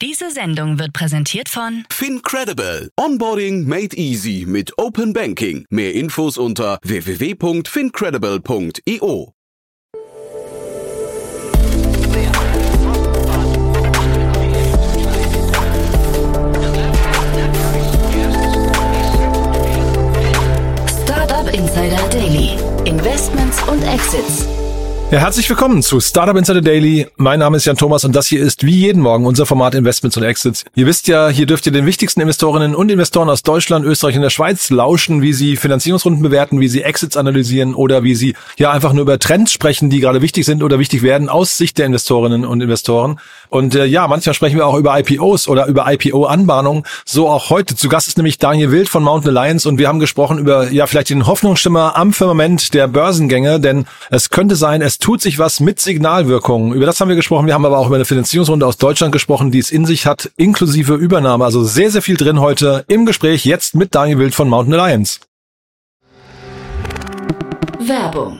Diese Sendung wird präsentiert von FinCredible. Onboarding made easy mit Open Banking. Mehr Infos unter www.fincredible.io. Startup Insider Daily. Investments und Exits. Ja, herzlich willkommen zu Startup Insider Daily. Mein Name ist Jan Thomas und das hier ist wie jeden Morgen unser Format Investments und Exits. Ihr wisst ja, hier dürft ihr den wichtigsten Investorinnen und Investoren aus Deutschland, Österreich und der Schweiz lauschen, wie sie Finanzierungsrunden bewerten, wie sie Exits analysieren oder wie sie ja einfach nur über Trends sprechen, die gerade wichtig sind oder wichtig werden aus Sicht der Investorinnen und Investoren. Und manchmal sprechen wir auch über IPOs oder über IPO-Anbahnungen. So auch heute. Zu Gast ist nämlich Daniel Wild von Mountain Alliance und wir haben gesprochen über vielleicht den Hoffnungsschimmer am Firmament der Börsengänge, denn es könnte sein, es tut sich was mit Signalwirkungen. Über das haben wir gesprochen. Wir haben aber auch über eine Finanzierungsrunde aus Deutschland gesprochen, die es in sich hat, inklusive Übernahme. Also sehr, sehr viel drin heute im Gespräch. Jetzt mit Daniel Wild von Mountain Alliance. Werbung.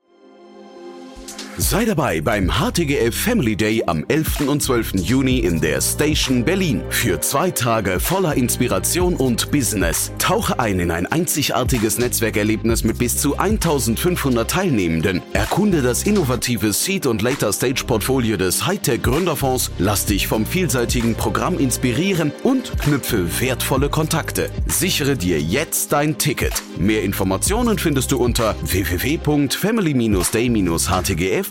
Sei dabei beim HTGF Family Day am 11. und 12. Juni in der Station Berlin. Für 2 Tage voller Inspiration und Business. Tauche ein in ein einzigartiges Netzwerkerlebnis mit bis zu 1500 Teilnehmenden. Erkunde das innovative Seed- und Later-Stage-Portfolio des Hightech-Gründerfonds. Lass dich vom vielseitigen Programm inspirieren und knüpfe wertvolle Kontakte. Sichere dir jetzt dein Ticket. Mehr Informationen findest du unter www.family-day-htgf.de.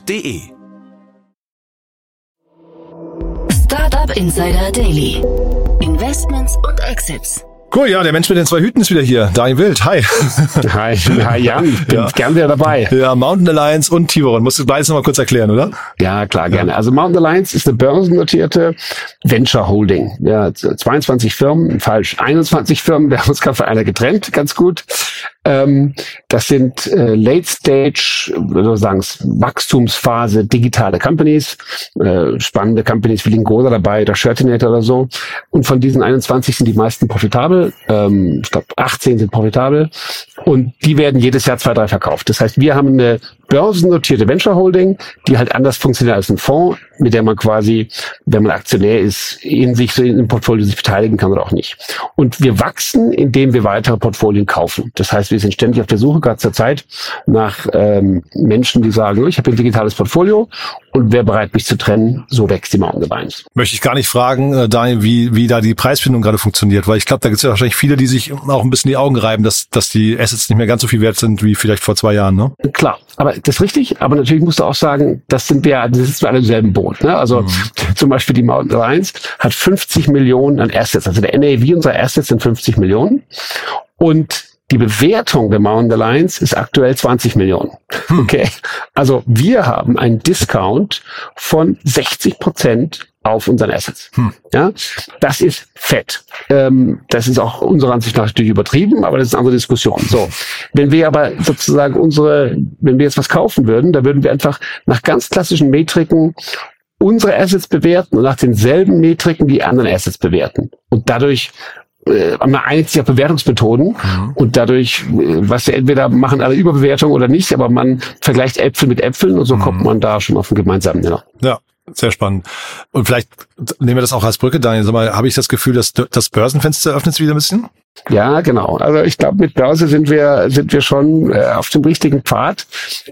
Startup Insider Daily. Investments und Exits. Cool, ja, der Mensch mit den 2 Hüten ist wieder hier. Daniel Wild, hi. Hi Jan, ich bin gern wieder dabei. Ja, Mountain Alliance und Tiburon. Musst du beides nochmal kurz erklären, oder? Ja, klar, gerne. Also Mountain Alliance ist eine börsennotierte Venture Holding. Ja, 22 Firmen, falsch, 21 Firmen. Wir haben uns gerade von einer getrennt, ganz gut. Das sind Late Stage, würde ich sagen, Wachstumsphase, digitale Companies, spannende Companies wie Lingoda dabei, oder Shirtinator oder so. Und von diesen 21 sind die meisten profitabel. Ich glaube, 18 sind profitabel. Und die werden jedes Jahr 2, 3 verkauft. Das heißt, wir haben eine börsennotierte Venture Holding, die halt anders funktioniert als ein Fonds, mit der man quasi, wenn man Aktionär ist, in dem Portfolio sich beteiligen kann oder auch nicht. Und wir wachsen, indem wir weitere Portfolien kaufen. Das heißt, wir sind ständig auf der Suche, gerade zur Zeit, nach Menschen, die sagen, ich habe ein digitales Portfolio und wer bereit, mich zu trennen, so wächst die Mountain Alliance. Möchte ich gar nicht fragen, Daniel, wie da die Preisfindung gerade funktioniert, weil ich glaube, da gibt es ja wahrscheinlich viele, die sich auch ein bisschen die Augen reiben, dass die Assets nicht mehr ganz so viel wert sind wie vielleicht vor 2 Jahren, ne? Klar, aber das ist richtig, aber natürlich musst du auch sagen, das sitzen wir alle im selben Boot, ne? Also zum Beispiel die Mountain Alliance hat 50 Millionen an Assets, also der NAV unserer Assets sind 50 Millionen und die Bewertung der Mountain Alliance ist aktuell 20 Millionen. Okay. Also wir haben einen Discount von 60% auf unseren Assets. Ja, das ist fett. Das ist auch unserer Ansicht nach natürlich übertrieben, aber das ist eine andere Diskussion. So. Wenn wir aber sozusagen wenn wir jetzt was kaufen würden, da würden wir einfach nach ganz klassischen Metriken unsere Assets bewerten und nach denselben Metriken die anderen Assets bewerten. Und dadurch man einigt sich auf Bewertungsmethoden und dadurch, entweder machen alle Überbewertung oder nicht, aber man vergleicht Äpfel mit Äpfeln und so kommt man da schon auf einen gemeinsamen Nenner. Ja, sehr spannend. Und vielleicht nehmen wir das auch als Brücke, Daniel. Sag mal, habe ich das Gefühl, dass das Börsenfenster öffnet sich wieder ein bisschen? Ja, genau. Also ich glaube, mit Börse sind wir schon auf dem richtigen Pfad.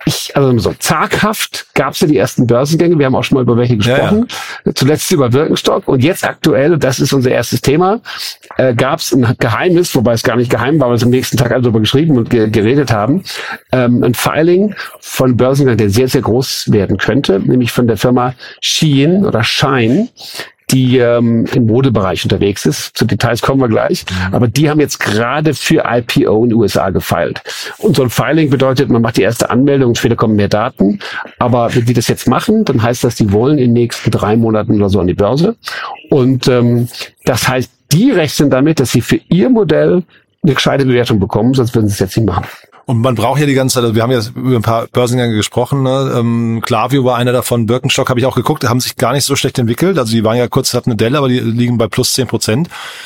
So zaghaft gab es ja die ersten Börsengänge. Wir haben auch schon mal über welche gesprochen. Ja. Zuletzt über Birkenstock und jetzt aktuell, das ist unser erstes Thema, gab es ein Geheimnis, wobei es gar nicht geheim war, weil wir es am nächsten Tag alle darüber geschrieben und geredet haben. Ein Filing von Börsengang, der sehr, sehr groß werden könnte, nämlich von der Firma Shein oder Shine, die im Modebereich unterwegs ist. Zu Details kommen wir gleich. Aber die haben jetzt gerade für IPO in den USA gefeilt. Und so ein Filing bedeutet, man macht die erste Anmeldung und später kommen mehr Daten. Aber wenn die das jetzt machen, dann heißt das, die wollen in den nächsten 3 Monaten oder so an die Börse. Und das heißt, die rechnen damit, dass sie für ihr Modell eine gescheite Bewertung bekommen, sonst würden sie es jetzt nicht machen. Und man braucht ja die ganze Zeit, also wir haben ja über ein paar Börsengänge gesprochen, ne? Klaviyo war einer davon, Birkenstock habe ich auch geguckt, haben sich gar nicht so schlecht entwickelt, also die waren ja kurz, hatten eine Delle, aber die liegen bei plus 10%.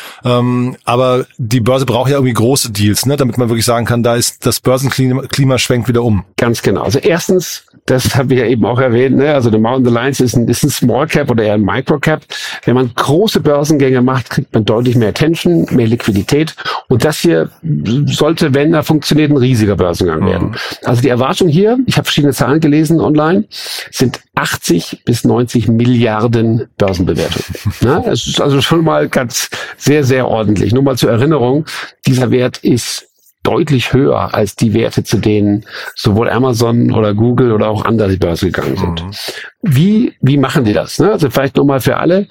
Aber die Börse braucht ja irgendwie große Deals, ne? Damit man wirklich sagen kann, da ist das Börsenklima schwenkt wieder um. Ganz genau. Also erstens, das habe ich ja eben auch erwähnt, ne? Also der Mountain Alliance ist ein Small Cap oder eher ein Micro Cap. Wenn man große Börsengänge macht, kriegt man deutlich mehr Attention, mehr Liquidität. Und das hier sollte, wenn er funktioniert, ein riesiger Börsengang werden. Also die Erwartung hier, ich habe verschiedene Zahlen gelesen online, sind 80 bis 90 Milliarden Börsenbewertungen. Ja, es ist also schon mal ganz sehr, sehr ordentlich. Nur mal zur Erinnerung, dieser Wert ist deutlich höher als die Werte, zu denen sowohl Amazon oder Google oder auch andere die Börse gegangen sind. Wie machen die das? Also vielleicht nochmal für alle.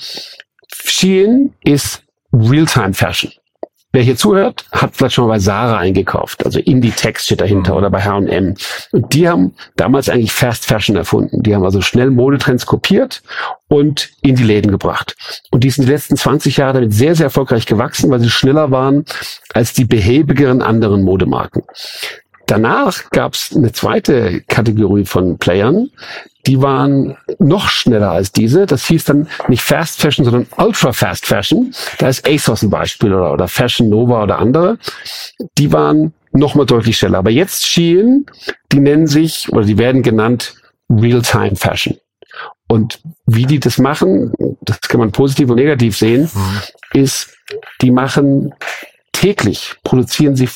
Shein ist Real-Time Fashion. Wer hier zuhört, hat vielleicht schon mal bei Zara eingekauft. Also Inditex steht dahinter oder bei H&M. Und die haben damals eigentlich Fast Fashion erfunden. Die haben also schnell Modetrends kopiert und in die Läden gebracht. Und die sind die letzten 20 Jahre damit sehr, sehr erfolgreich gewachsen, weil sie schneller waren als die behäbigeren anderen Modemarken. Danach gab es eine zweite Kategorie von Playern, die waren noch schneller als diese. Das hieß dann nicht Fast Fashion, sondern Ultra Fast Fashion. Da ist ASOS ein Beispiel oder Fashion Nova oder andere. Die waren noch mal deutlich schneller. Aber jetzt Shein, die nennen sich oder die werden genannt Real-Time Fashion. Und wie die das machen, das kann man positiv und negativ sehen, ist, die machen täglich, produzieren sie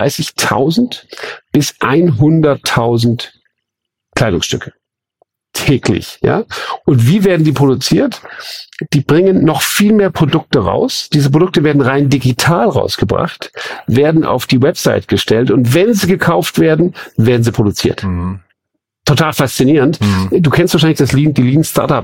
35.000 bis 100.000 Kleidungsstücke. Täglich, ja. Und wie werden die produziert? Die bringen noch viel mehr Produkte raus. Diese Produkte werden rein digital rausgebracht, werden auf die Website gestellt und wenn sie gekauft werden, werden sie produziert. Total faszinierend. Du kennst wahrscheinlich die Lean Startup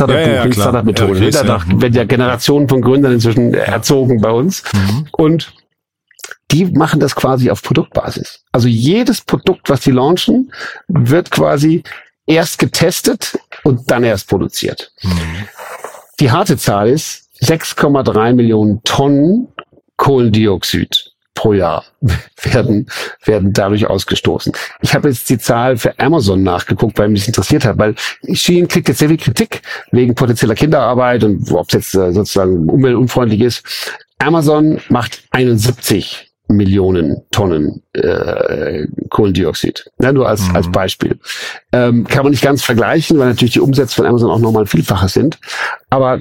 Methode. Ja, da werden ja Generationen von Gründern inzwischen erzogen bei uns. Und die machen das quasi auf Produktbasis. Also jedes Produkt, was die launchen, wird quasi erst getestet und dann erst produziert. Die harte Zahl ist 6,3 Millionen Tonnen Kohlendioxid pro Jahr werden dadurch ausgestoßen. Ich habe jetzt die Zahl für Amazon nachgeguckt, weil mich das interessiert hat, weil Shein kriegt jetzt sehr viel Kritik wegen potenzieller Kinderarbeit und ob es jetzt sozusagen umweltunfreundlich ist. Amazon macht 71 Millionen Tonnen Kohlendioxid. Ja, nur als Beispiel. Kann man nicht ganz vergleichen, weil natürlich die Umsätze von Amazon auch nochmal Vielfaches sind. Aber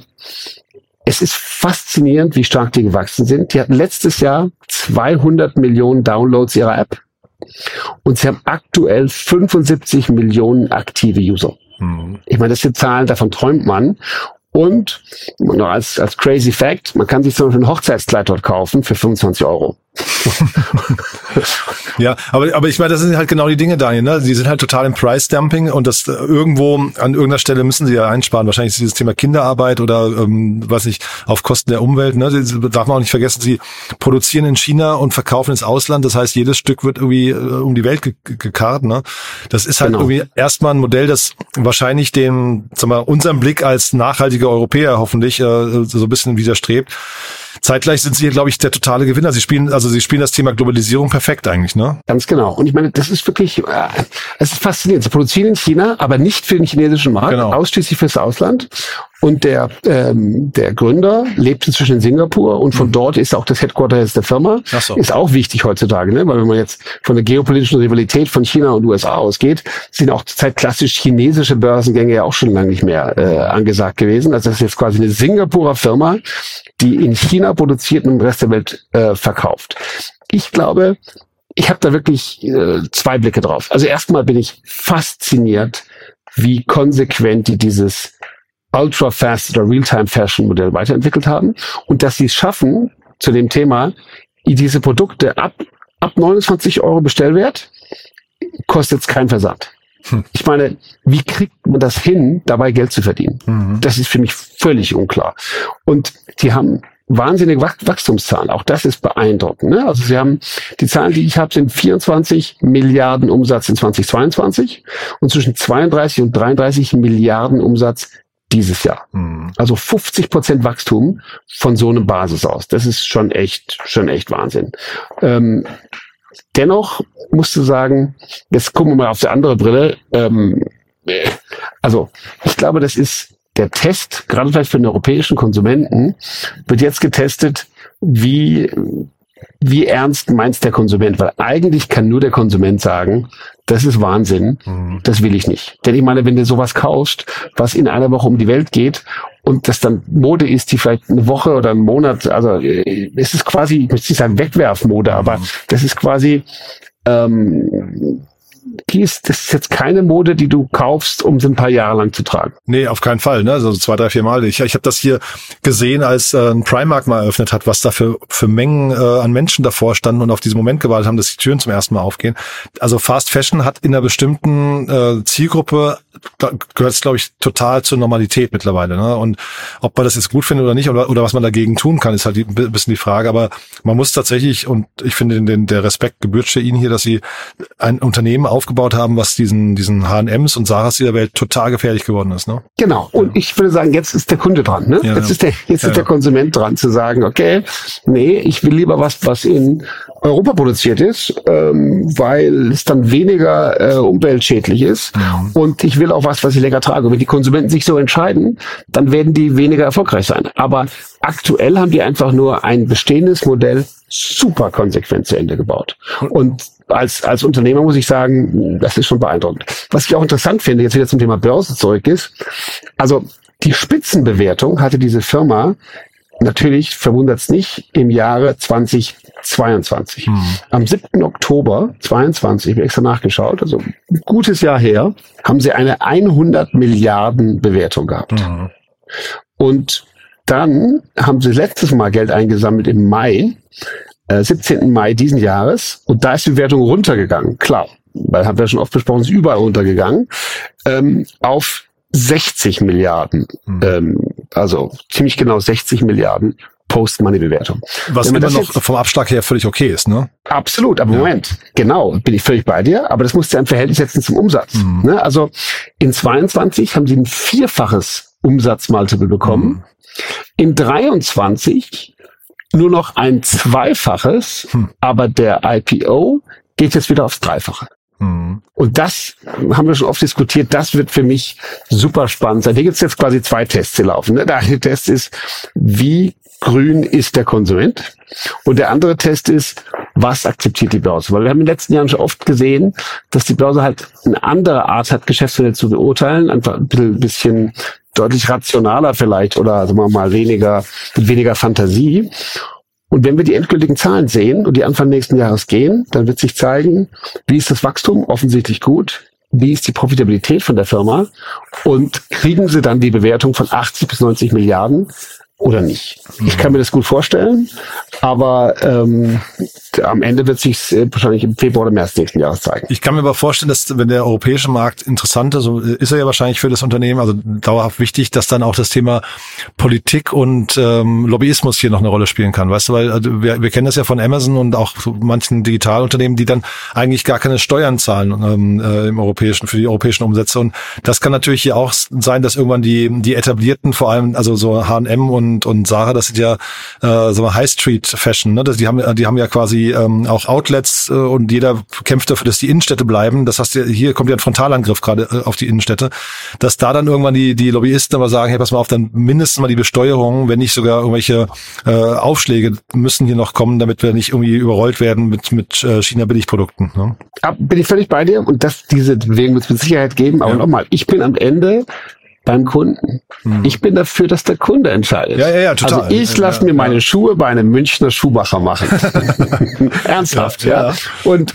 es ist faszinierend, wie stark die gewachsen sind. Die hatten letztes Jahr 200 Millionen Downloads ihrer App. Und sie haben aktuell 75 Millionen aktive User. Ich meine, das sind Zahlen, davon träumt man. Und noch als crazy Fact, man kann sich zum Beispiel ein Hochzeitskleid dort kaufen für 25 Euro. Ja, aber ich meine, das sind halt genau die Dinge, Daniel, ne? Die sind halt total im Price-Dumping und das irgendwo, an irgendeiner Stelle müssen sie ja einsparen. Wahrscheinlich ist dieses Thema Kinderarbeit oder, weiß nicht, auf Kosten der Umwelt, ne? Das darf man auch nicht vergessen, sie produzieren in China und verkaufen ins Ausland. Das heißt, jedes Stück wird irgendwie um die Welt gekarrt, ne? Das ist halt irgendwie erstmal ein Modell, das wahrscheinlich unserem Blick als nachhaltige Europäer hoffentlich so ein bisschen widerstrebt. Zeitgleich sind sie hier, glaube ich, der totale Gewinner. Sie spielen das Thema Globalisierung perfekt eigentlich, ne? Ganz genau. Und ich meine, das ist wirklich, es ist faszinierend. Sie produzieren in China, aber nicht für den chinesischen Markt, ausschließlich fürs Ausland. Und der Gründer lebt inzwischen in Singapur und von dort ist auch das Headquarter der Firma. Ach so. Ist auch wichtig heutzutage, ne? Weil wenn man jetzt von der geopolitischen Rivalität von China und USA ausgeht, sind auch zurzeit klassisch chinesische Börsengänge ja auch schon lange nicht mehr angesagt gewesen. Also das ist jetzt quasi eine Singapurer Firma, die in China produziert und im Rest der Welt verkauft. Ich glaube, ich habe da wirklich zwei Blicke drauf. Also erstmal bin ich fasziniert, wie konsequent die dieses Ultra-Fast oder Real-Time-Fashion-Modell weiterentwickelt haben und dass sie es schaffen, zu dem Thema, diese Produkte ab 29 Euro Bestellwert, kostet es keinen Versand. Ich meine, wie kriegt man das hin, dabei Geld zu verdienen? Das ist für mich völlig unklar. Und die haben wahnsinnige Wachstumszahlen. Auch das ist beeindruckend, ne? Also sie haben, die Zahlen, die ich habe, sind 24 Milliarden Umsatz in 2022 und zwischen 32 und 33 Milliarden Umsatz dieses Jahr. Also 50% Wachstum von so einem Basis aus. Das ist schon echt Wahnsinn. Dennoch musst du sagen, jetzt gucken wir mal auf die andere Brille. Also ich glaube, das ist der Test, gerade vielleicht für den europäischen Konsumenten, wird jetzt getestet, wie ernst meint's der Konsument? Weil eigentlich kann nur der Konsument sagen, das ist Wahnsinn, das will ich nicht. Denn ich meine, wenn du sowas kaufst, was in einer Woche um die Welt geht und das dann Mode ist, die vielleicht eine Woche oder einen Monat, also es ist quasi, ich möchte nicht sagen Wegwerfmode, aber das ist quasi das ist jetzt keine Mode, die du kaufst, um sie ein paar Jahre lang zu tragen. Nee, auf keinen Fall, ne? Also 2, 3, 4 Mal. Ich habe das hier gesehen, als ein Primark mal eröffnet hat, was da für Mengen an Menschen davor standen und auf diesen Moment gewartet haben, dass die Türen zum ersten Mal aufgehen. Also Fast Fashion hat in einer bestimmten Zielgruppe, da gehört es, glaube ich, total zur Normalität mittlerweile, ne? Und ob man das jetzt gut findet oder nicht oder was man dagegen tun kann, ist halt ein bisschen die Frage. Aber man muss tatsächlich, und ich finde, der Respekt gebührt für Ihnen hier, dass Sie ein Unternehmen aufgebaut haben, was diesen H&M's und Zara's dieser Welt total gefährlich geworden ist, ne? Genau. Und ich würde sagen, jetzt ist der Kunde dran, ne? Ja, jetzt ist der Konsument dran zu sagen, okay, nee, ich will lieber was in Europa produziert ist, weil es dann weniger umweltschädlich ist. Und ich will auch was ich länger trage. Und wenn die Konsumenten sich so entscheiden, dann werden die weniger erfolgreich sein. Aber aktuell haben die einfach nur ein bestehendes Modell super konsequent zu Ende gebaut. Und als Unternehmer muss ich sagen, das ist schon beeindruckend. Was ich auch interessant finde, jetzt wieder zum Thema Börse zurück ist, also die Spitzenbewertung hatte diese Firma, natürlich verwundert's nicht, im Jahre 2022. Am 7. Oktober 22, ich habe extra nachgeschaut, also ein gutes Jahr her, haben sie eine 100 Milliarden Bewertung gehabt. Und dann haben sie letztes Mal Geld eingesammelt im Mai, 17. Mai diesen Jahres, und da ist die Bewertung runtergegangen. Klar, weil haben wir schon oft besprochen, ist überall runtergegangen, auf 60 Milliarden. Also ziemlich genau 60 Milliarden Post-Money-Bewertung. Was immer noch vom Abschlag her völlig okay ist, ne? Absolut, aber Moment, genau, bin ich völlig bei dir, aber das musst du ein Verhältnis setzen zum Umsatz. Ne? Also in 22 haben sie ein 4-faches Umsatzmultiple bekommen, in 23 nur noch ein 2-faches, aber der IPO geht jetzt wieder aufs 3-fache. Und das haben wir schon oft diskutiert, das wird für mich super spannend sein. Hier gibt es jetzt quasi 2 Tests, die laufen. Der eine Test ist, wie grün ist der Konsument? Und der andere Test ist, was akzeptiert die Börse? Weil wir haben in den letzten Jahren schon oft gesehen, dass die Börse halt eine andere Art hat, Geschäftsmodelle zu beurteilen, einfach ein bisschen deutlich rationaler vielleicht oder sagen wir mal mit weniger Fantasie. Und wenn wir die endgültigen Zahlen sehen und die Anfang nächsten Jahres gehen, dann wird sich zeigen, wie ist das Wachstum? Offensichtlich gut. Wie ist die Profitabilität von der Firma? Und kriegen sie dann die Bewertung von 80 bis 90 Milliarden oder nicht? Ich kann mir das gut vorstellen, aber am Ende wird sich's wahrscheinlich im Februar oder März nächsten Jahres zeigen. Ich kann mir aber vorstellen, dass wenn der europäische Markt interessant ist, so ist er ja wahrscheinlich für das Unternehmen, also dauerhaft wichtig, dass dann auch das Thema Politik und Lobbyismus hier noch eine Rolle spielen kann. Weißt du, weil wir kennen das ja von Amazon und auch so manchen Digitalunternehmen, die dann eigentlich gar keine Steuern zahlen für die europäischen Umsätze. Und das kann natürlich hier auch sein, dass irgendwann die etablierten, vor allem also so H&M und Zara, das sind ja High Street Fashion, ne? Die haben ja quasi auch Outlets und jeder kämpft dafür, dass die Innenstädte bleiben. Das heißt, hier kommt ja ein Frontalangriff gerade auf die Innenstädte, dass da dann irgendwann die Lobbyisten aber sagen, hey, pass mal auf, dann mindestens mal die Besteuerung, wenn nicht sogar irgendwelche Aufschläge müssen hier noch kommen, damit wir nicht irgendwie überrollt werden mit China-Billigprodukten. Ne? Bin ich völlig bei dir und diese Bewegung wird es mit Sicherheit geben, aber nochmal, ich bin am Ende beim Kunden. Ich bin dafür, dass der Kunde entscheidet. Ja, total. Also ich lasse mir meine Schuhe bei einem Münchner Schuhmacher machen. Ernsthaft, ja. Und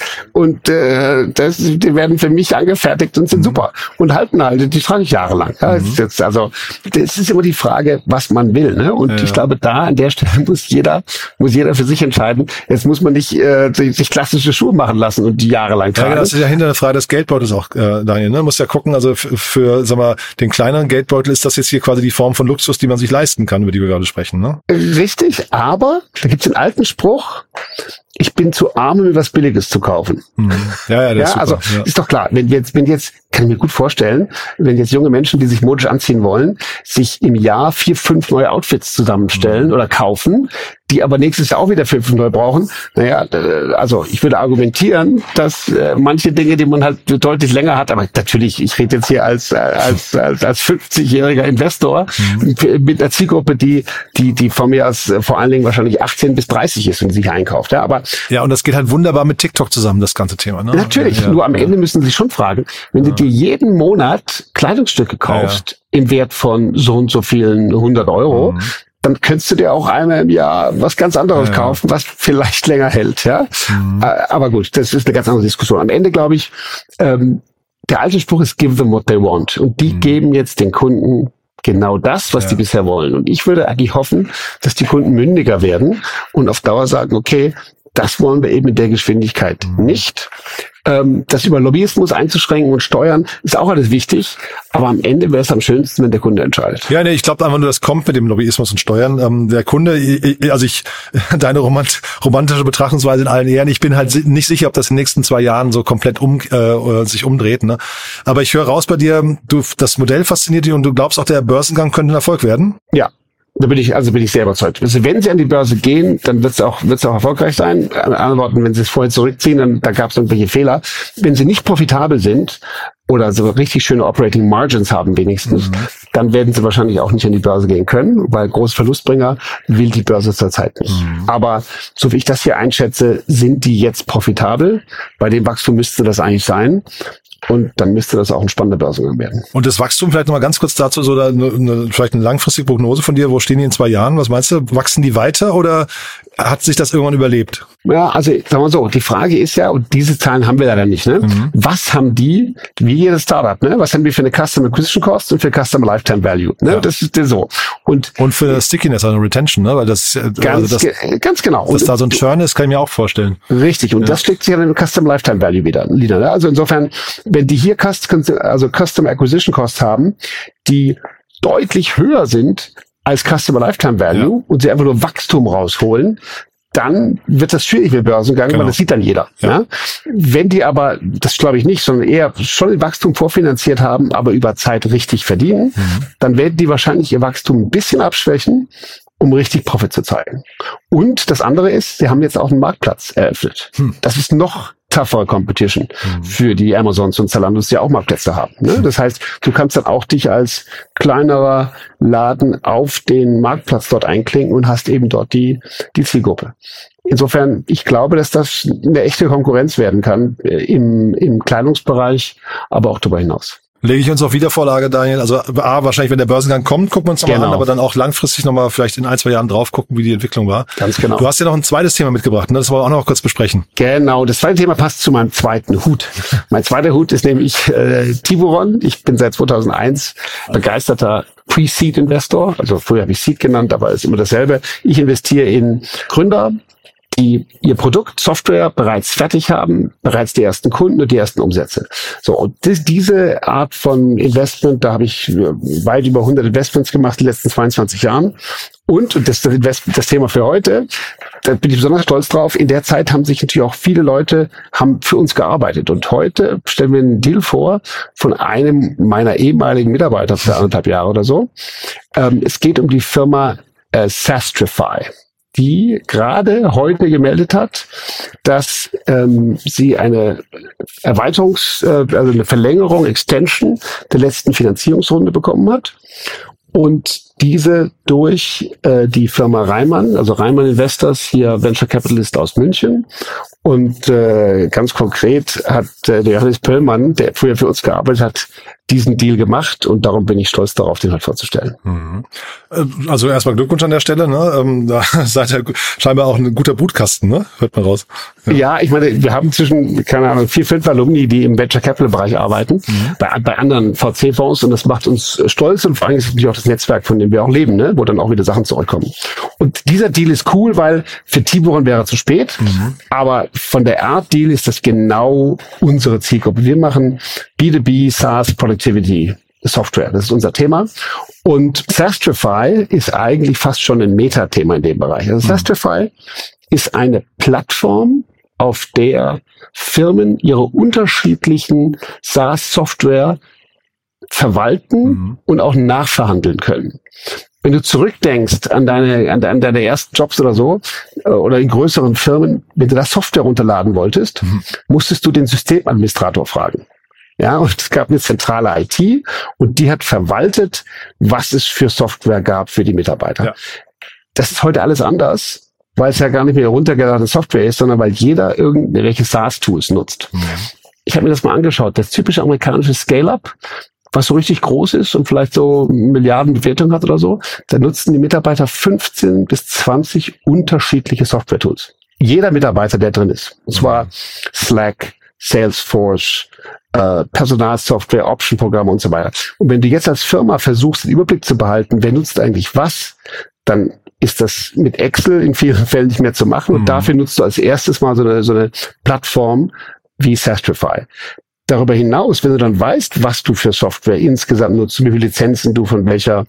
die werden für mich angefertigt und sind super. Und halten halt, die trage ich jahrelang. Ja, das ist immer die Frage, was man will. Ne? Und ich glaube, da an der Stelle muss jeder für sich entscheiden. Jetzt muss man nicht sich klassische Schuhe machen lassen und die jahrelang tragen. Ja, das ist ja hinter der Frage des Geldbeutels auch, Daniel. Ne? Muss ja gucken, also für sag mal, den kleineren Geldbeutel ist das jetzt hier quasi die Form von Luxus, die man sich leisten kann, über die wir gerade sprechen, ne? Richtig, aber da gibt's den alten Spruch, ich bin zu arm, um mir was Billiges zu kaufen. Ja, das ist super. Also ist doch klar, wenn jetzt, kann ich mir gut vorstellen, wenn jetzt junge Menschen, die sich modisch anziehen wollen, sich im Jahr 4, 5 neue Outfits zusammenstellen oder kaufen, die aber nächstes Jahr auch wieder 5 brauchen. Naja, also ich würde argumentieren, dass manche Dinge, die man halt deutlich länger hat, aber natürlich, ich rede jetzt hier als 50-jähriger Investor mit einer Zielgruppe, die von mir aus vor allen Dingen wahrscheinlich 18 bis 30 ist und sich einkauft. Ja, aber ja, und das geht halt wunderbar mit TikTok zusammen, das ganze Thema. Ne? Natürlich, ja, nur am Ende müssen Sie sich schon fragen, wenn du dir jeden Monat Kleidungsstücke kaufst im Wert von so und so vielen 100 €, dann könntest du dir auch einmal im Jahr was ganz anderes kaufen, was vielleicht länger hält. Ja, aber gut, das ist eine ganz andere Diskussion. Am Ende glaube ich, der alte Spruch ist "Give them what they want", und die geben jetzt den Kunden genau das, was die bisher wollen. Und ich würde eigentlich hoffen, dass die Kunden mündiger werden und auf Dauer sagen, okay, das wollen wir eben in der Geschwindigkeit nicht. Das über Lobbyismus einzuschränken und Steuern ist auch alles wichtig, aber am Ende wäre es am schönsten, wenn der Kunde entscheidet. Ja, nee, ich glaube einfach nur, das kommt mit dem Lobbyismus und Steuern. Der Kunde, deine romantische Betrachtungsweise in allen Ehren, ich bin halt nicht sicher, ob das in den nächsten 2 Jahren so komplett sich umdreht. Ne? Aber ich höre raus bei dir, das Modell fasziniert dich und du glaubst auch, der Börsengang könnte ein Erfolg werden? Ja. Da bin ich sehr überzeugt. Also wenn Sie an die Börse gehen, dann wird es auch erfolgreich sein. In anderen Worten, wenn Sie es vorher zurückziehen, dann da gab es irgendwelche Fehler. Wenn Sie nicht profitabel sind oder so richtig schöne Operating Margins haben wenigstens, dann werden Sie wahrscheinlich auch nicht an die Börse gehen können, weil große Verlustbringer will die Börse zurzeit nicht. Aber so wie ich das hier einschätze, sind die jetzt profitabel. Bei dem Wachstum müsste das eigentlich sein. Und dann müsste das auch ein spannender Börsengang werden. Und das Wachstum, vielleicht nochmal ganz kurz dazu, so vielleicht eine langfristige Prognose von dir, wo stehen die in 2 Jahren? Was meinst du? Wachsen die weiter oder hat sich das irgendwann überlebt? Ja, also sagen wir so, die Frage ist ja, und diese Zahlen haben wir leider nicht, ne? Was haben die, wie jedes Startup, ne? Was haben die für eine Customer Acquisition Cost und für Customer Lifetime Value, ne? Ja. Das ist so. Und für Stickiness, also Retention, ne? Weil das ganz genau. Dass da so ein Churn ist, kann ich mir auch vorstellen. Richtig. Und das steckt sich ja in Customer Lifetime Value wieder, ne? Also insofern, wenn die hier Customer Acquisition Cost haben, die deutlich höher sind als Customer Lifetime Value und sie einfach nur Wachstum rausholen, dann wird das schwierig mit Börsengang, weil das sieht dann jeder. Ja. Wenn die aber, das glaube ich nicht, sondern eher schon ihr Wachstum vorfinanziert haben, aber über Zeit richtig verdienen, dann werden die wahrscheinlich ihr Wachstum ein bisschen abschwächen, um richtig Profit zu zeigen. Und das andere ist, sie haben jetzt auch einen Marktplatz eröffnet. Das ist noch tougher Competition für die Amazons und Zalandos, die auch Marktplätze haben. Ne? Das heißt, du kannst dann auch dich als kleinerer Laden auf den Marktplatz dort einklinken und hast eben dort die Zielgruppe. Insofern, ich glaube, dass das eine echte Konkurrenz werden kann im Kleidungsbereich, aber auch darüber hinaus. Lege ich uns auf Wiedervorlage, Daniel. Also wahrscheinlich, wenn der Börsengang kommt, gucken wir uns nochmal an, aber dann auch langfristig nochmal vielleicht in 1, 2 Jahren drauf gucken, wie die Entwicklung war. Ganz genau. Du hast ja noch ein zweites Thema mitgebracht, ne? Das wollen wir auch noch kurz besprechen. Genau, das zweite Thema passt zu meinem zweiten Hut. Mein zweiter Hut ist nämlich Tiburon. Ich bin seit 2001 begeisterter Pre-Seed-Investor. Also früher habe ich Seed genannt, aber ist immer dasselbe. Ich investiere in Gründer, die ihr Produkt, Software bereits fertig haben, bereits die ersten Kunden und die ersten Umsätze. So, und diese Art von Investment, da habe ich weit über 100 Investments gemacht in den letzten 22 Jahren. Und das Thema für heute, da bin ich besonders stolz drauf, in der Zeit haben sich natürlich auch viele Leute haben für uns gearbeitet. Und heute stellen wir einen Deal vor von einem meiner ehemaligen Mitarbeiter für 1,5 Jahre oder so. Es geht um die Firma Sastrify, die gerade heute gemeldet hat, dass sie eine also eine Verlängerung, Extension der letzten Finanzierungsrunde bekommen hat. Und diese durch die Firma Reimann, also Reimann Investors, hier Venture Capitalist aus München. Und ganz konkret hat der Johannes Pöllmann, der früher für uns gearbeitet hat, diesen Deal gemacht, und darum bin ich stolz darauf, den halt vorzustellen. Also erstmal Glückwunsch an der Stelle, ne? Da seid ihr scheinbar auch ein guter Bootkasten, ne? Hört man raus. Ja, ich meine, wir haben keine Ahnung, 4, 5 Alumni, die im Venture Capital Bereich arbeiten, bei anderen VC-Fonds, und das macht uns stolz, und vor allem ist es natürlich auch das Netzwerk, von dem wir auch leben, ne? Wo dann auch wieder Sachen zurückkommen. Und dieser Deal ist cool, weil für Tiburon wäre er zu spät, aber von der Art Deal ist das genau unsere Zielgruppe. Wir machen B2B SaaS Productivity Software. Das ist unser Thema. Und Sastrify ist eigentlich fast schon ein Metathema in dem Bereich. Also Sastrify ist eine Plattform, auf der Firmen ihre unterschiedlichen SaaS Software verwalten und auch nachverhandeln können. Wenn du zurückdenkst an deine ersten Jobs oder so, oder in größeren Firmen, wenn du da Software runterladen wolltest, musstest du den Systemadministrator fragen. Ja, und es gab eine zentrale IT und die hat verwaltet, was es für Software gab für die Mitarbeiter. Ja. Das ist heute alles anders, weil es ja gar nicht mehr runtergeladene Software ist, sondern weil jeder irgendwelche SaaS-Tools nutzt. Mhm. Ich habe mir das mal angeschaut. Das typische amerikanische Scale-Up, was so richtig groß ist und vielleicht so Milliarden Bewertung hat oder so, da nutzen die Mitarbeiter 15 bis 20 unterschiedliche Software-Tools. Jeder Mitarbeiter, der drin ist. Und zwar Slack, Salesforce, Personalsoftware, Option-Programme und so weiter. Und wenn du jetzt als Firma versuchst, den Überblick zu behalten, wer nutzt eigentlich was, dann ist das mit Excel in vielen Fällen nicht mehr zu machen. Und dafür nutzt du als erstes mal so eine Plattform wie Sastrify. Darüber hinaus, wenn du dann weißt, was du für Software insgesamt nutzt, wie viele Lizenzen du von welcher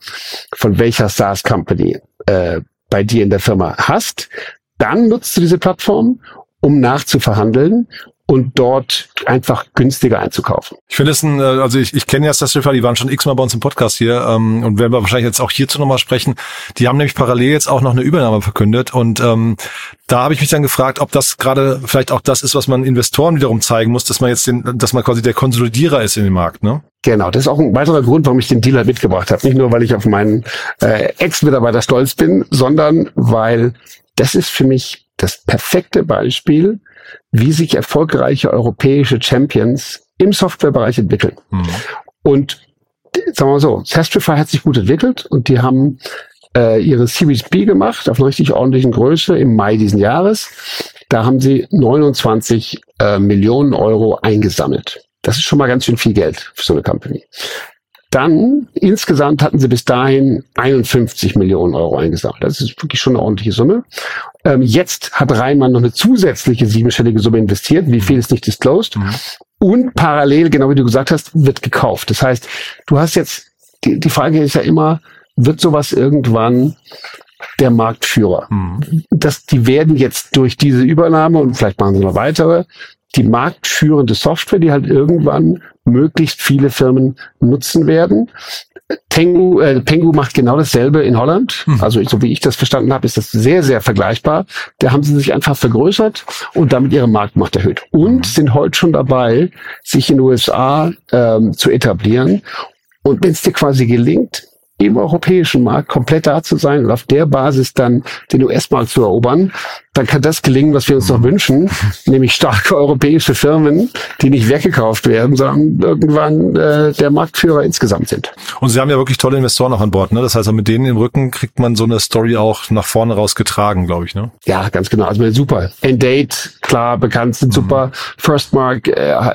SaaS-Company bei dir in der Firma hast, dann nutzt du diese Plattform, um nachzuverhandeln und dort einfach günstiger einzukaufen. Ich finde es also ich kenne ja Sastrify, die waren schon x-mal bei uns im Podcast hier und werden wir wahrscheinlich jetzt auch hierzu nochmal sprechen. Die haben nämlich parallel jetzt auch noch eine Übernahme verkündet und da habe ich mich dann gefragt, ob das gerade vielleicht auch das ist, was man Investoren wiederum zeigen muss, dass man quasi der Konsolidierer ist in dem Markt, ne? Genau, das ist auch ein weiterer Grund, warum ich den Deal halt mitgebracht habe. Nicht nur, weil ich auf meinen Ex-Mitarbeiter stolz bin, sondern weil das ist für mich das perfekte Beispiel, wie sich erfolgreiche europäische Champions im Softwarebereich entwickeln. Mhm. Und sagen wir mal so, Sastrify hat sich gut entwickelt und die haben ihre Series B gemacht auf einer richtig ordentlichen Größe im Mai diesen Jahres. Da haben sie 29 Millionen Euro eingesammelt. Das ist schon mal ganz schön viel Geld für so eine Company. Dann, insgesamt hatten sie bis dahin 51 Millionen Euro eingesammelt. Das ist wirklich schon eine ordentliche Summe. Jetzt hat Reimann noch eine zusätzliche siebenstellige Summe investiert. Wie viel ist nicht disclosed? Mhm. Und parallel, genau wie du gesagt hast, wird gekauft. Das heißt, du hast jetzt, die Frage ist ja immer, wird sowas irgendwann der Marktführer? Mhm. Die werden jetzt durch diese Übernahme, und vielleicht machen sie noch weitere, die marktführende Software, die halt irgendwann möglichst viele Firmen nutzen werden. Pengu macht genau dasselbe in Holland. Also so wie ich das verstanden habe, ist das sehr, sehr vergleichbar. Da haben sie sich einfach vergrößert und damit ihre Marktmacht erhöht. Und sind heute schon dabei, sich in den USA zu etablieren. Und wenn es dir quasi gelingt, im europäischen Markt komplett da zu sein und auf der Basis dann den US-Markt zu erobern, dann kann das gelingen, was wir uns noch wünschen, nämlich starke europäische Firmen, die nicht weggekauft werden, sondern irgendwann der Marktführer insgesamt sind. Und Sie haben ja wirklich tolle Investoren noch an Bord, ne? Das heißt, mit denen im Rücken kriegt man so eine Story auch nach vorne raus getragen, glaube ich, ne? Ja, ganz genau. Also super. Endate, klar, bekannt sind super. Firstmark,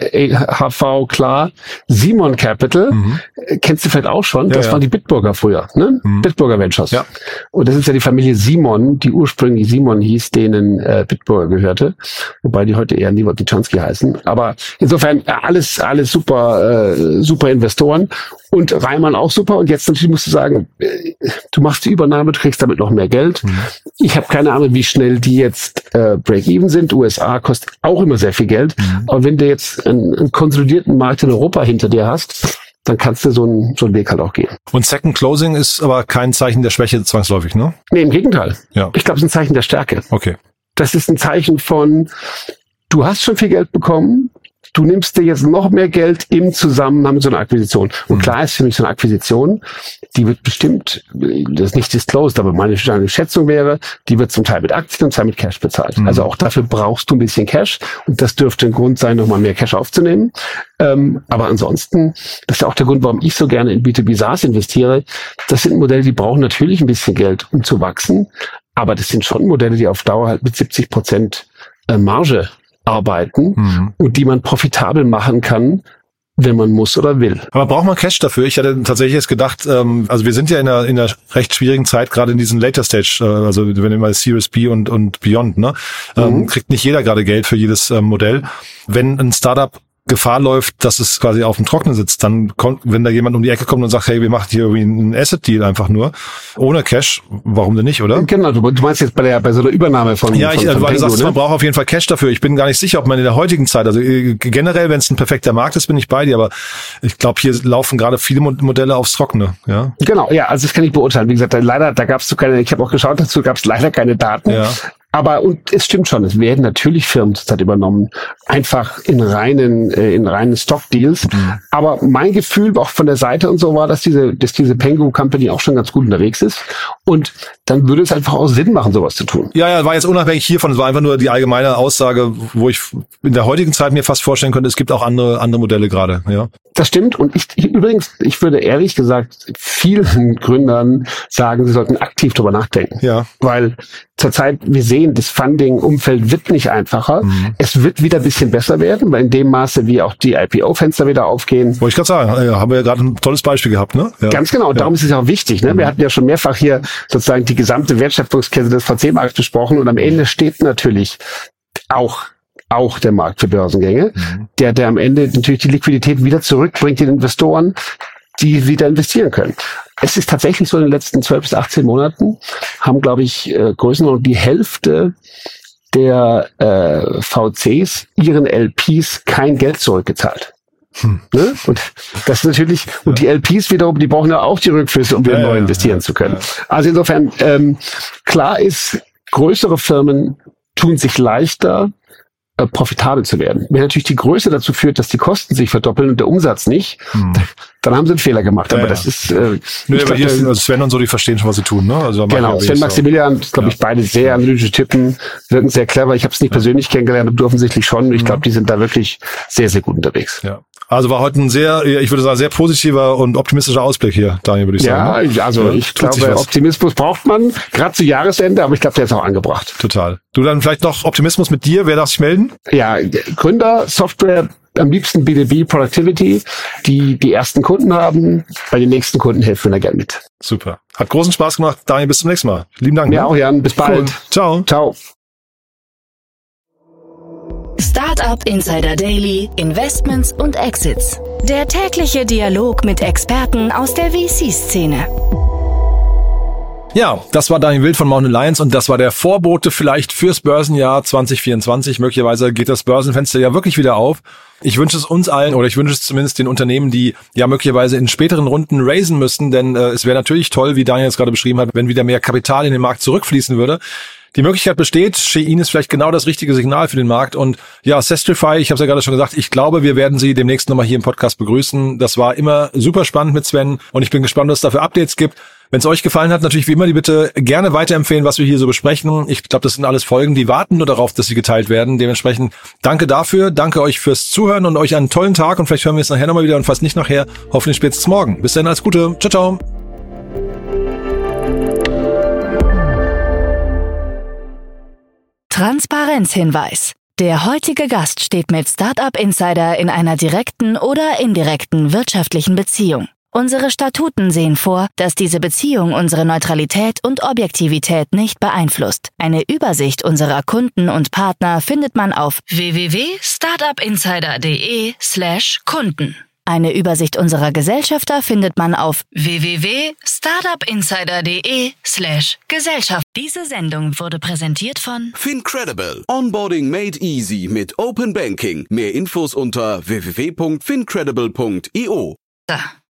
HV, klar. Simon Capital, kennst du vielleicht auch schon. Das waren die Bitburger früher, ne? Bitburger Ventures. Ja. Und das ist ja die Familie Simon, die ursprünglich Simon hieß, denen Bitburger gehörte, wobei die heute eher Niewodniczanski heißen. Aber insofern alles super Investoren und Reimann auch super. Und jetzt natürlich musst du sagen, du machst die Übernahme, du kriegst damit noch mehr Geld. Ich habe keine Ahnung, wie schnell die jetzt Break-Even sind. USA kostet auch immer sehr viel Geld. Aber wenn du jetzt einen konsolidierten Markt in Europa hinter dir hast, dann kannst du so einen Weg halt auch gehen. Und Second Closing ist aber kein Zeichen der Schwäche zwangsläufig, ne? Nee, im Gegenteil. Ja. Ich glaube, es ist ein Zeichen der Stärke. Okay. Das ist ein Zeichen von, du hast schon viel Geld bekommen, du nimmst dir jetzt noch mehr Geld im Zusammenhang mit so einer Akquisition. Und klar ist für mich so eine Akquisition, die wird bestimmt, das ist nicht disclosed, aber meine Schätzung wäre, die wird zum Teil mit Aktien und zum Teil mit Cash bezahlt. Also auch dafür brauchst du ein bisschen Cash und das dürfte ein Grund sein, nochmal mehr Cash aufzunehmen. Aber ansonsten, das ist ja auch der Grund, warum ich so gerne in B2B SaaS investiere. Das sind Modelle, die brauchen natürlich ein bisschen Geld, um zu wachsen, aber das sind schon Modelle, die auf Dauer halt mit 70% Marge arbeiten und die man profitabel machen kann, wenn man muss oder will. Aber braucht man Cash dafür? Ich hatte tatsächlich jetzt gedacht, also wir sind ja in einer recht schwierigen Zeit, gerade in diesen Later Stage, also wenn du mal Series B und Beyond, ne? Kriegt nicht jeder gerade Geld für jedes Modell. Wenn ein Startup Gefahr läuft, dass es quasi auf dem Trocknen sitzt, dann kommt, wenn da jemand um die Ecke kommt und sagt, hey, wir machen hier irgendwie einen Asset-Deal einfach nur, ohne Cash, warum denn nicht, oder? Genau, du meinst jetzt bei so einer Übernahme von Ja, von weil du Pengu, sagst, ne? man braucht auf jeden Fall Cash dafür. Ich bin gar nicht sicher, ob man in der heutigen Zeit, also generell, wenn es ein perfekter Markt ist, bin ich bei dir, aber ich glaube, hier laufen gerade viele Modelle aufs Trockene, ja. Genau, ja, also das kann ich beurteilen. Wie gesagt, leider, da gab es ich habe auch geschaut, dazu gab es leider keine Daten. Ja. Aber, und es stimmt schon, es werden natürlich Firmen zurzeit übernommen, einfach in reinen Stock-Deals. Aber mein Gefühl, auch von der Seite und so, war, dass diese Pengu Company auch schon ganz gut unterwegs ist. Und dann würde es einfach auch Sinn machen, sowas zu tun. Ja, war jetzt unabhängig hiervon, es war einfach nur die allgemeine Aussage, wo ich in der heutigen Zeit mir fast vorstellen könnte, es gibt auch andere Modelle gerade, ja. Das stimmt. Und ich würde ehrlich gesagt vielen Gründern sagen, sie sollten aktiv drüber nachdenken. Ja. Weil zurzeit, wir sehen, das Funding-Umfeld wird nicht einfacher. Es wird wieder ein bisschen besser werden, weil in dem Maße, wie auch die IPO-Fenster wieder aufgehen. Wollte ich gerade sagen, ja, haben wir ja gerade ein tolles Beispiel gehabt, ne? Ja. Ganz genau. Und darum ist es ja auch wichtig, ne? Wir hatten ja schon mehrfach hier sozusagen die gesamte Wertschöpfungskette des VC-Markts besprochen. Und am Ende steht natürlich auch der Markt für Börsengänge, der am Ende natürlich die Liquidität wieder zurückbringt den Investoren, die wieder investieren können. Es ist tatsächlich so, in den letzten 12 bis 18 Monaten haben, glaube ich, Größenordnung die Hälfte der VCs ihren LPs kein Geld zurückgezahlt. Ne? Und das ist natürlich, und die LPs wiederum, die brauchen ja auch die Rückflüsse, um wieder neu investieren zu können. Also insofern, klar ist, größere Firmen tun sich leichter, profitabel zu werden. Wenn natürlich die Größe dazu führt, dass die Kosten sich verdoppeln und der Umsatz nicht, dann haben sie einen Fehler gemacht. Aber das ist... aber hier ist, also Sven und so, die verstehen schon, was sie tun, ne? Also genau, Sven Maximilian, glaube ich, beide sehr analytische Typen, wirken sehr clever. Ich habe es nicht persönlich kennengelernt, aber du offensichtlich schon. Ich glaube, die sind da wirklich sehr, sehr gut unterwegs. Ja. Also war heute ein sehr, ich würde sagen, sehr positiver und optimistischer Ausblick hier, Daniel, würde ich sagen. Ja, also ich glaube, Optimismus braucht man, gerade zu Jahresende, aber ich glaube, der ist auch angebracht. Total. Du dann vielleicht noch Optimismus mit dir, wer darf sich melden? Ja, Gründer, Software, am liebsten B2B Productivity, die ersten Kunden haben, bei den nächsten Kunden helfen wir da gerne mit. Super. Hat großen Spaß gemacht. Daniel, bis zum nächsten Mal. Lieben Dank. Ja, auch Jan, bis bald. Cool. Ciao. Ciao. Startup Insider Daily, Investments und Exits. Der tägliche Dialog mit Experten aus der VC-Szene. Ja, das war Daniel Wild von Mountain Lions und das war der Vorbote vielleicht fürs Börsenjahr 2024. Möglicherweise geht das Börsenfenster ja wirklich wieder auf. Ich wünsche es uns allen, oder ich wünsche es zumindest den Unternehmen, die ja möglicherweise in späteren Runden raisen müssen, denn es wäre natürlich toll, wie Daniel es gerade beschrieben hat, wenn wieder mehr Kapital in den Markt zurückfließen würde. Die Möglichkeit besteht, Shein ist vielleicht genau das richtige Signal für den Markt und ja, Sestrify, ich habe es ja gerade schon gesagt, ich glaube, wir werden Sie demnächst nochmal hier im Podcast begrüßen. Das war immer super spannend mit Sven und ich bin gespannt, was es da für Updates gibt. Wenn es euch gefallen hat, natürlich wie immer die Bitte gerne weiterempfehlen, was wir hier so besprechen. Ich glaube, das sind alles Folgen, die warten nur darauf, dass sie geteilt werden. Dementsprechend danke dafür, danke euch fürs Zuhören und euch einen tollen Tag und vielleicht hören wir es nachher nochmal wieder und falls nicht nachher, hoffentlich spätestens morgen. Bis dann, alles Gute. Ciao, ciao. Transparenzhinweis. Der heutige Gast steht mit Startup Insider in einer direkten oder indirekten wirtschaftlichen Beziehung. Unsere Statuten sehen vor, dass diese Beziehung unsere Neutralität und Objektivität nicht beeinflusst. Eine Übersicht unserer Kunden und Partner findet man auf www.startupinsider.de/Kunden. Eine Übersicht unserer Gesellschafter findet man auf www.startupinsider.de/Gesellschaft. Diese Sendung wurde präsentiert von FinCredible. Onboarding made easy mit Open Banking. Mehr Infos unter www.fincredible.io.